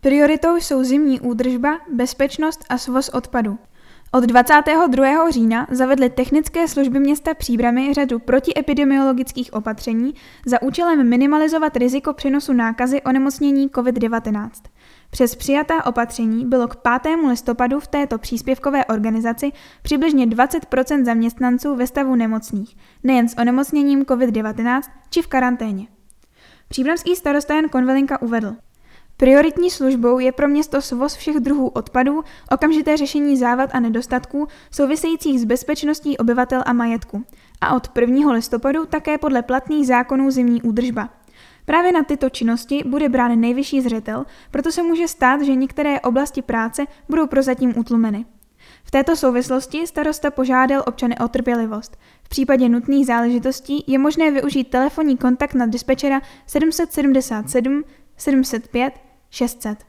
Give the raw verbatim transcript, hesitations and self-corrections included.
Prioritou jsou zimní údržba, bezpečnost a svoz odpadu. Od dvacátého druhého října zavedly technické služby města Příbrami řadu protiepidemiologických opatření za účelem minimalizovat riziko přenosu nákazy onemocnění covid devatenáct. Přes přijatá opatření bylo k pátému listopadu v této příspěvkové organizaci přibližně dvacet procent zaměstnanců ve stavu nemocných, nejen s onemocněním covid devatenáct či v karanténě. Příbramský starosta Jan Konvalinka uvedl: Prioritní službou je pro město svoz všech druhů odpadů, okamžité řešení závad a nedostatků souvisejících s bezpečností obyvatel a majetku a od prvního listopadu také podle platných zákonů zimní údržba. Právě na tyto činnosti bude brán nejvyšší zřetel, proto se může stát, že některé oblasti práce budou prozatím utlumeny. V této souvislosti starosta požádal občany o trpělivost. V případě nutných záležitostí je možné využít telefonní kontakt na dispečera sedm set sedmdesát sedm sedm set pět šest set.